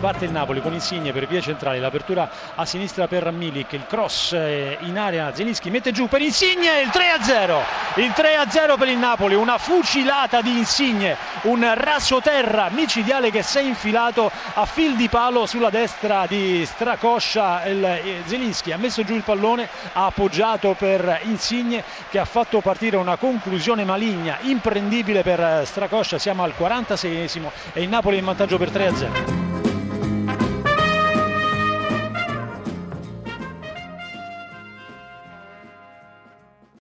riparte il Napoli con Insigne per vie centrali, l'apertura a sinistra per Milik, il cross in area, Zielinski mette giù per Insigne, il 3-0, il 3-0 per il Napoli, una fucilata di Insigne, un rasoterra micidiale che si è infilato a fil di palo sulla destra di Strakosha. Zielinski ha messo giù il pallone, ha appoggiato per Insigne che ha fatto partire una conclusione maligna, imprendibile per Strakosha. Siamo al 46esimo e il Napoli è in vantaggio per 3-0.